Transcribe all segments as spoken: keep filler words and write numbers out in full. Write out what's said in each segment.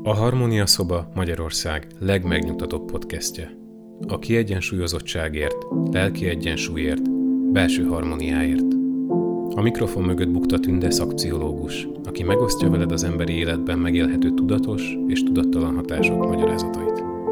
A Harmónia Szoba Magyarország legmegnyugtatóbb podcastje. A kiegyensúlyozottságért, lelki egyensúlyért, belső harmóniáért. A mikrofon mögött bukta Tünde szakpszichológus, aki megosztja veled az emberi életben megélhető tudatos és tudattalan hatások magyarázatait.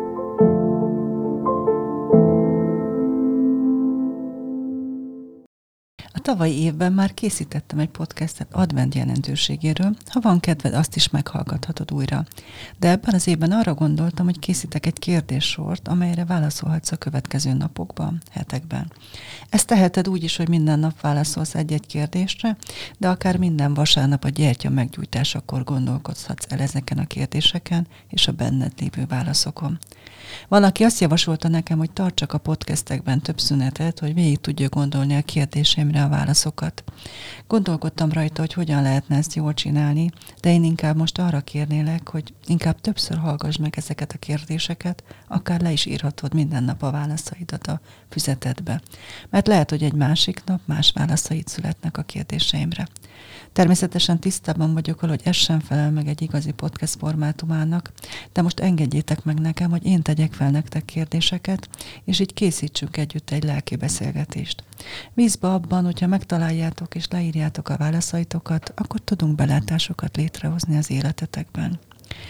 A tavalyi évben már készítettem egy podcastet advent jelentőségéről, ha van kedved, azt is meghallgathatod újra. De ebben az évben arra gondoltam, hogy készítek egy kérdéssort, amelyre válaszolhatsz a következő napokban, hetekben. Ezt teheted úgy is, hogy minden nap válaszolsz egy-egy kérdésre, de akár minden vasárnap a gyertya meggyújtásakor gondolkodhatsz el ezeken a kérdéseken és a benned lévő válaszokon. Van, aki azt javasolta nekem, hogy tartsak a podcastekben több szünetet, hogy végig tudja gondolni a kérdéseimre a válaszokat. Gondolkodtam rajta, hogy hogyan lehetne ezt jól csinálni, de én inkább most arra kérnélek, hogy inkább többször hallgass meg ezeket a kérdéseket, akár le is írhatod minden nap a válaszaidat a füzetedbe. Mert lehet, hogy egy másik nap más válaszaid születnek a kérdéseimre. Természetesen tisztában vagyok, hogy ez sem felel meg egy igazi podcast formátumának, de most engedjétek meg nekem, hogy én tegyek fel nektek kérdéseket, és így készítsünk együtt egy lelki beszélgetést. Bízva abban, hogyha megtaláljátok és leírjátok a válaszaitokat, akkor tudunk belátásokat létrehozni az életetekben.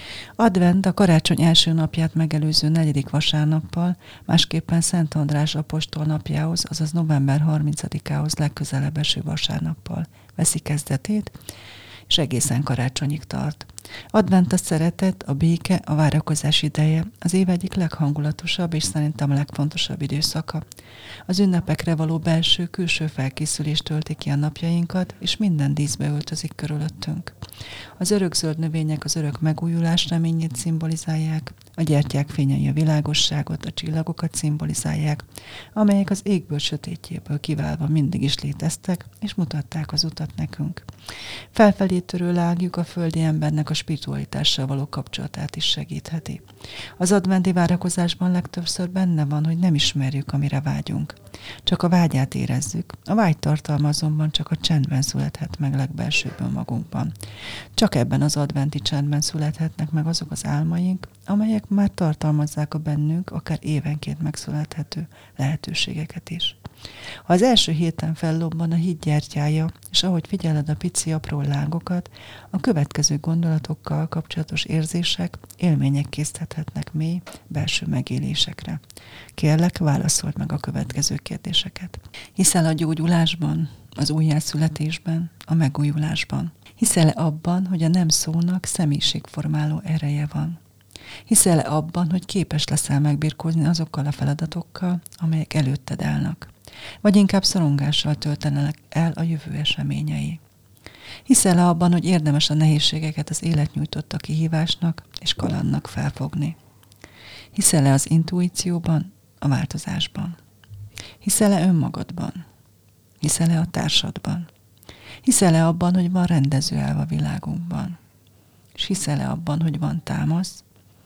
Advent a karácsony első napját megelőző negyedik vasárnappal, másképpen Szent András apostol napjához, azaz november harmincadikához legközelebb eső vasárnappal veszi kezdetét, és egészen karácsonyig tart. Advent a szeretet, a béke, a várakozás ideje, az év egyik leghangulatosabb és szerintem a legfontosabb időszaka. Az ünnepekre való belső-külső felkészülés tölti ki a napjainkat, és minden díszbe öltözik körülöttünk. Az örökzöld növények az örök megújulás reményét szimbolizálják, a gyertyák fényei a világosságot, a csillagokat szimbolizálják, amelyek az égből sötétjéből kiválva mindig is léteztek, és mutatták az utat nekünk. Felfelé törő lágjuk a földi embernek a spiritualitással való kapcsolatát is segítheti. Az adventi várakozásban legtöbbször benne van, hogy nem ismerjük, amire vágyunk. Csak a vágyát érezzük. A vágytartalma azonban csak a csendben születhet meg legbelsőbben magunkban. Csak ebben az adventi csendben születhetnek meg azok az álmaink, amelyek már tartalmazzák a bennünk akár évenként megszülethető lehetőségeket is. Ha az első héten fellobban a hit gyertyája, és ahogy figyeled a pici apró lángokat, a következő gondolatokkal kapcsolatos érzések, élmények késztethetnek mély belső megélésekre. Kérlek, válaszold meg a következő kérdéseket. Hiszel a gyógyulásban, az újjászületésben, a megújulásban? Hiszel-e abban, hogy a nem szónak személyiségformáló ereje van? Hiszel-e abban, hogy képes leszel megbirkózni azokkal a feladatokkal, amelyek előtted állnak? Vagy inkább szorongással töltenek el a jövő eseményei? Hiszel-e abban, hogy érdemes a nehézségeket az élet nyújtotta kihívásnak és kalandnak felfogni? Hiszel-e az intuícióban, a változásban? Hiszel-e önmagadban? Hiszel-e a társadban? Hiszel-e abban, hogy van rendező elv a világunkban? És hiszel-e abban, hogy van támasz,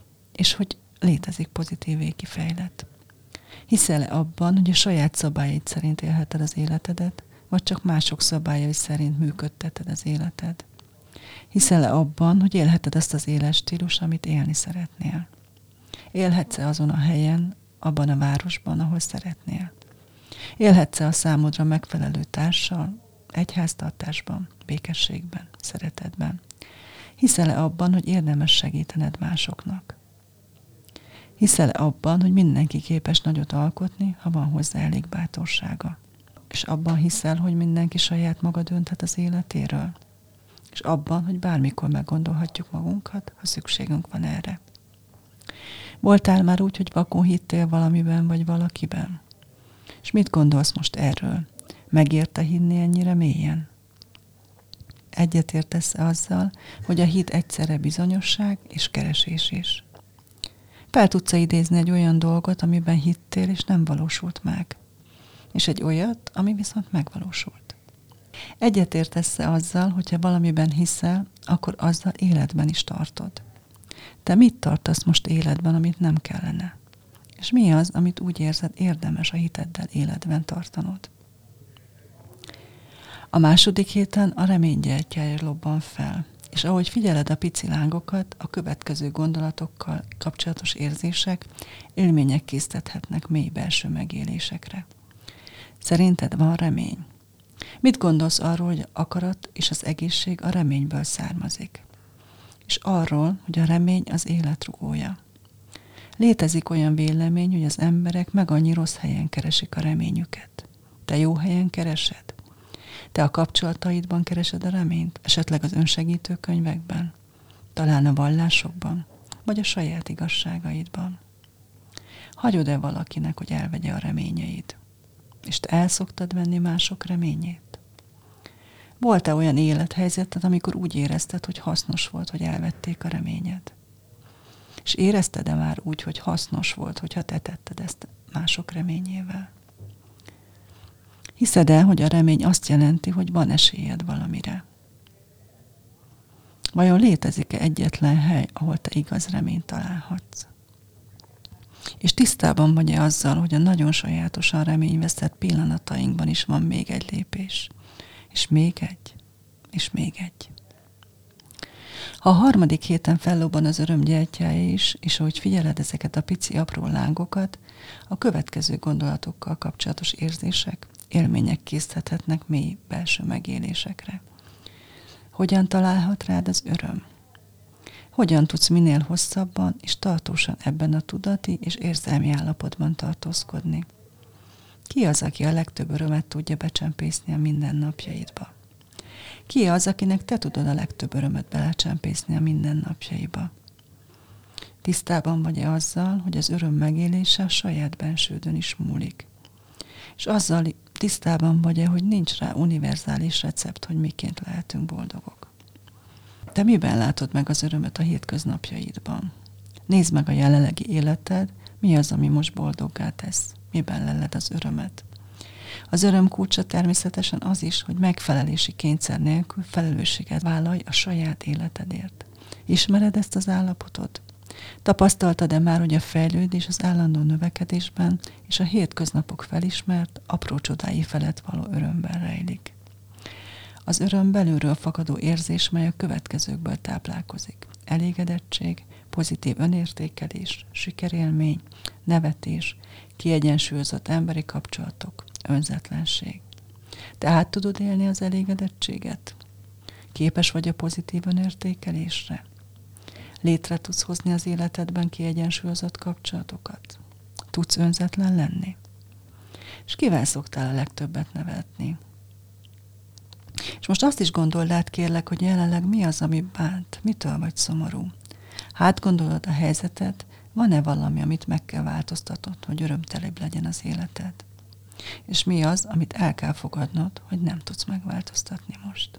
és hogy létezik pozitív végkifejlet? Hiszel-e abban, hogy a saját szabályaid szerint élheted az életedet, vagy csak mások szabályai szerint működteted az életed? Hiszel-e abban, hogy élheted azt az életstílus, amit élni szeretnél? Élhetsz-e azon a helyen, abban a városban, ahol szeretnél? Élhetsz-e a számodra megfelelő társal, egyháztartásban, békességben, szeretetben? Hiszel-e abban, hogy érdemes segítened másoknak? Hiszel-e abban, hogy mindenki képes nagyot alkotni, ha van hozzá elég bátorsága? És abban hiszel, hogy mindenki saját maga dönthet az életéről? És abban, hogy bármikor meggondolhatjuk magunkat, ha szükségünk van erre? Voltál már úgy, hogy vakon hittél valamiben vagy valakiben? És mit gondolsz most erről? Megérte hinni ennyire mélyen? Egyetértesz-e azzal, hogy a hit egyszerre bizonyosság és keresés is? Fel tudsz idézni egy olyan dolgot, amiben hittél, és nem valósult meg? És egy olyat, ami viszont megvalósult? Egyetértesz-e azzal, hogyha valamiben hiszel, akkor azzal életben is tartod? Te mit tartasz most életben, amit nem kellene? És mi az, amit úgy érzed érdemes a hiteddel életben tartanod? A második héten a remény gyertyája lobban fel. És ahogy figyeled a pici lángokat, a következő gondolatokkal kapcsolatos érzések, élmények késztethetnek mély belső megélésekre. Szerinted van remény? Mit gondolsz arról, hogy akarat és az egészség a reményből származik? És arról, hogy a remény az élet rugója. Létezik olyan vélemény, hogy az emberek meg annyi rossz helyen keresik a reményüket. Te jó helyen keresed? Te a kapcsolataidban keresed a reményt? Esetleg az önsegítő könyvekben? Talán a vallásokban? Vagy a saját igazságaidban? Hagyod-e valakinek, hogy elvegye a reményeid? És te el szoktad venni mások reményét? Volt-e olyan élethelyzeted, amikor úgy érezted, hogy hasznos volt, hogy elvették a reményed? És érezted-e már úgy, hogy hasznos volt, hogyha te tetted ezt mások reményével? Hiszed-e, hogy a remény azt jelenti, hogy van esélyed valamire? Vajon létezik-e egyetlen hely, ahol te igaz reményt találhatsz? És tisztában vagy-e azzal, hogy a nagyon sajátosan reményvesztett pillanatainkban is van még egy lépés? És még egy, és még egy. Ha a harmadik héten fellobban az öröm gyertyája is, és ahogy figyeled ezeket a pici apró lángokat, a következő gondolatokkal kapcsolatos érzések, élmények készíthetnek mély belső megélésekre. Hogyan találhat rád az öröm? Hogyan tudsz minél hosszabban és tartósan ebben a tudati és érzelmi állapotban tartózkodni? Ki az, aki a legtöbb örömet tudja becsempészni a mindennapjaidba? Ki az, akinek te tudod a legtöbb örömet belecsempészni a mindennapjaiba? Tisztában vagy-e azzal, hogy az öröm megélése a saját bensődön is múlik? És azzal tisztában vagy-e, hogy nincs rá univerzális recept, hogy miként lehetünk boldogok? Te miben látod meg az örömet a hétköznapjaidban? Nézd meg a jelenlegi életed, mi az, ami most boldoggá tesz? Miben leled az örömet? Az öröm kulcsa természetesen az is, hogy megfelelési kényszer nélkül felelősséget vállalj a saját életedért. Ismered ezt az állapotot? Tapasztaltad-e már, hogy a fejlődés az állandó növekedésben és a hétköznapok felismert, apró csodái felett való örömben rejlik? Az öröm belülről fakadó érzés, mely a következőkből táplálkozik. Elégedettség, pozitív önértékelés, sikerélmény, nevetés, kiegyensúlyozott emberi kapcsolatok, önzetlenség. Te át tudod élni az elégedettséget? Képes vagy a pozitív önértékelésre? Létre tudsz hozni az életedben kiegyensúlyozott kapcsolatokat? Tudsz önzetlen lenni? És kivel szoktál a legtöbbet nevetni? És most azt is gondold át, kérlek, hogy jelenleg mi az, ami bánt, mitől vagy szomorú. Hát gondolod a helyzetet, van-e valami, amit meg kell változtatnod, hogy örömtelibb legyen az életed? És mi az, amit el kell fogadnod, hogy nem tudsz megváltoztatni most?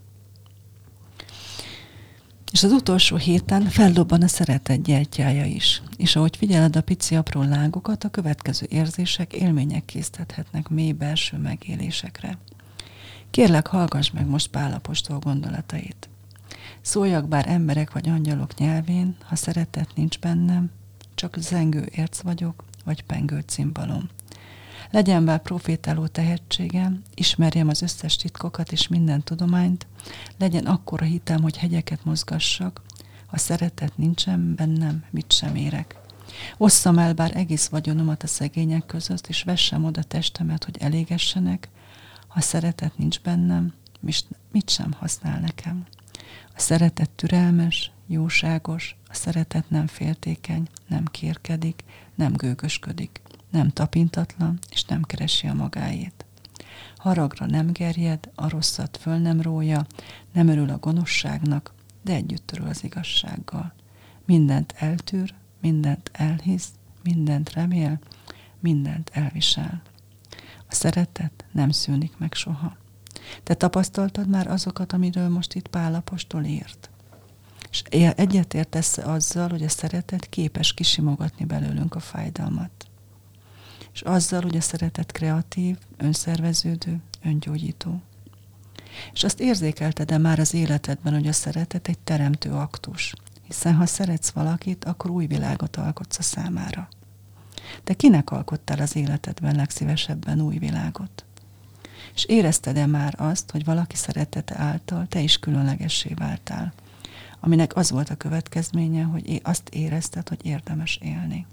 És az utolsó héten fellobban a szeretet gyertyája is. És ahogy figyeled a pici apró lángokat, a következő érzések, élmények késztethetnek mély belső megélésekre. Kérlek, hallgass meg most Pál apostol gondolatait. Szóljak bár emberek vagy angyalok nyelvén, ha szeretet nincs bennem, csak zengő érc vagyok, vagy pengő cimbalom. Legyen bár profétáló tehetségem, ismerjem az összes titkokat és minden tudományt, legyen akkora hitem, hogy hegyeket mozgassak, ha szeretet nincsen bennem, mit sem érek. Osszam el bár egész vagyonomat a szegények között, és vessem oda testemet, hogy elégessenek, ha szeretet nincs bennem, mit sem használ nekem. A szeretet türelmes, jóságos, a szeretet nem féltékeny, nem kérkedik, nem gőgösködik, nem tapintatlan, és nem keresi a magáét. Haragra nem gerjed, a rosszat föl nem rója, nem örül a gonoszságnak, de együtt örül az igazsággal. Mindent eltűr, mindent elhisz, mindent remél, mindent elvisel. A szeretet nem szűnik meg soha. Te tapasztaltad már azokat, amiről most itt Pál apostol írt? És egyetértesz azzal, hogy a szeretet képes kisimogatni belőlünk a fájdalmat? És azzal, hogy a szeretet kreatív, önszerveződő, öngyógyító? És azt érzékelted-e már az életedben, hogy a szeretet egy teremtő aktus? Hiszen ha szeretsz valakit, akkor új világot alkotsz a számára. De kinek alkottál az életedben legszívesebben új világot? És érezted-e már azt, hogy valaki szeretete által te is különlegessé váltál? aminek az volt a következménye, hogy azt érezted, hogy érdemes élni.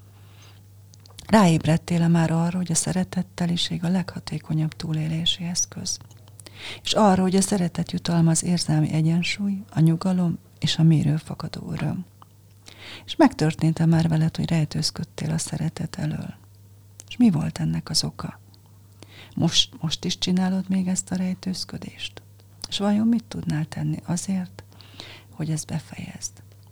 Ráébredtél már arra, hogy a szeretetteliség a leghatékonyabb túlélési eszköz. És arra, hogy a szeretet jutalma az érzelmi egyensúly, a nyugalom és a mélyről fakadó öröm. És megtörtént már veled, hogy rejtőzködtél a szeretet elől. És mi volt ennek az oka? Most, most is csinálod még ezt a rejtőzködést? És vajon mit tudnál tenni azért, hogy ezt befejezd?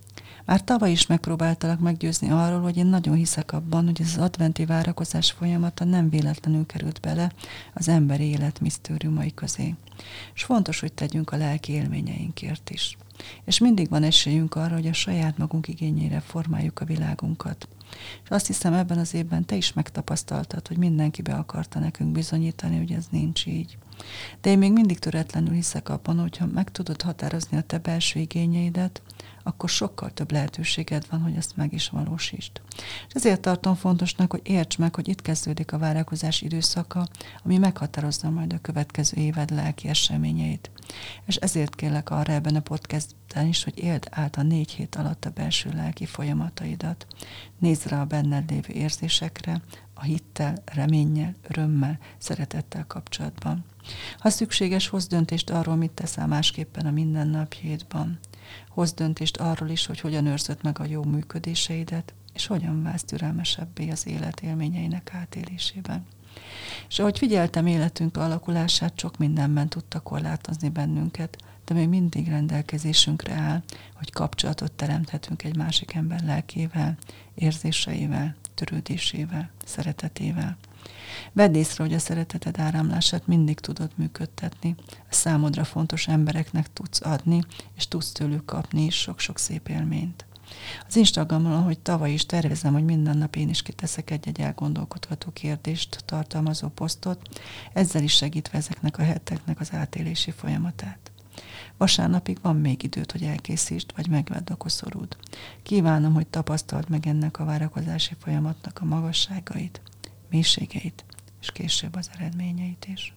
Már tavaly is megpróbáltalak meggyőzni arról, hogy én nagyon hiszek abban, hogy ez az adventi várakozás folyamata nem véletlenül került bele az emberi élet misztériumai közé. És fontos, hogy tegyünk a lelki élményeinkért is. És mindig van esélyünk arra, hogy a saját magunk igényére formáljuk a világunkat. És azt hiszem, ebben az évben te is megtapasztaltad, hogy mindenki be akarta nekünk bizonyítani, hogy ez nincs így. De én még mindig töretlenül hiszek abban, hogyha meg tudod határozni a te belső igényeidet, akkor sokkal több lehetőséged van, hogy ezt meg is valósítsd. És ezért tartom fontosnak, hogy értsd meg, hogy itt kezdődik a várakozás időszaka, ami meghatározza majd a következő éved lelki eseményeit. És ezért kérlek arra ebben a podcastben is, hogy éld át a négy hét alatt a belső lelki folyamataidat. Nézd rá a benned lévő érzésekre, a hittel, reménnyel, örömmel, szeretettel kapcsolatban. Ha szükséges, hozz döntést arról, mit teszel másképpen a mindennapjaidban. Hozz döntést arról is, hogy hogyan őrzöd meg a jó működéseidet, és hogyan válsz türelmesebbé az élet élményeinek átélésében. És ahogy figyeltem életünk alakulását, sok mindenben tudta korlátozni bennünket, de még mindig rendelkezésünkre áll, hogy kapcsolatot teremthetünk egy másik ember lelkével, érzéseivel, törődésével, szeretetével. Vedd észre, hogy a szereteted áramlását mindig tudod működtetni, a számodra fontos embereknek tudsz adni, és tudsz tőlük kapni is sok-sok szép élményt. Az Instagramon, ahogy tavaly is tervezem, hogy minden nap én is kiteszek egy-egy elgondolkodható kérdést tartalmazó posztot, ezzel is segítve ezeknek a heteknek az átélési folyamatát. Vasárnapig van még időt, hogy elkészítsd, vagy megvedd a koszorúd. Kívánom, hogy tapasztald meg ennek a várakozási folyamatnak a magasságait, mélységeit, és később az eredményeit is.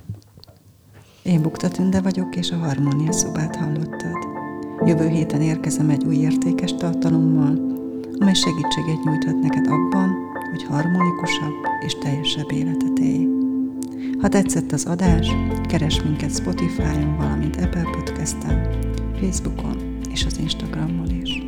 Én Bukta Tünde vagyok, és a Harmónia Szobát hallottad. Jövő héten érkezem egy új értékes tartalommal, amely segítséget nyújthat neked abban, hogy harmonikusabb és teljesebb életet élj. Ha tetszett az adás, keresd minket Spotify-on, valamint Apple Podcast-en, Facebookon és az Instagramon is.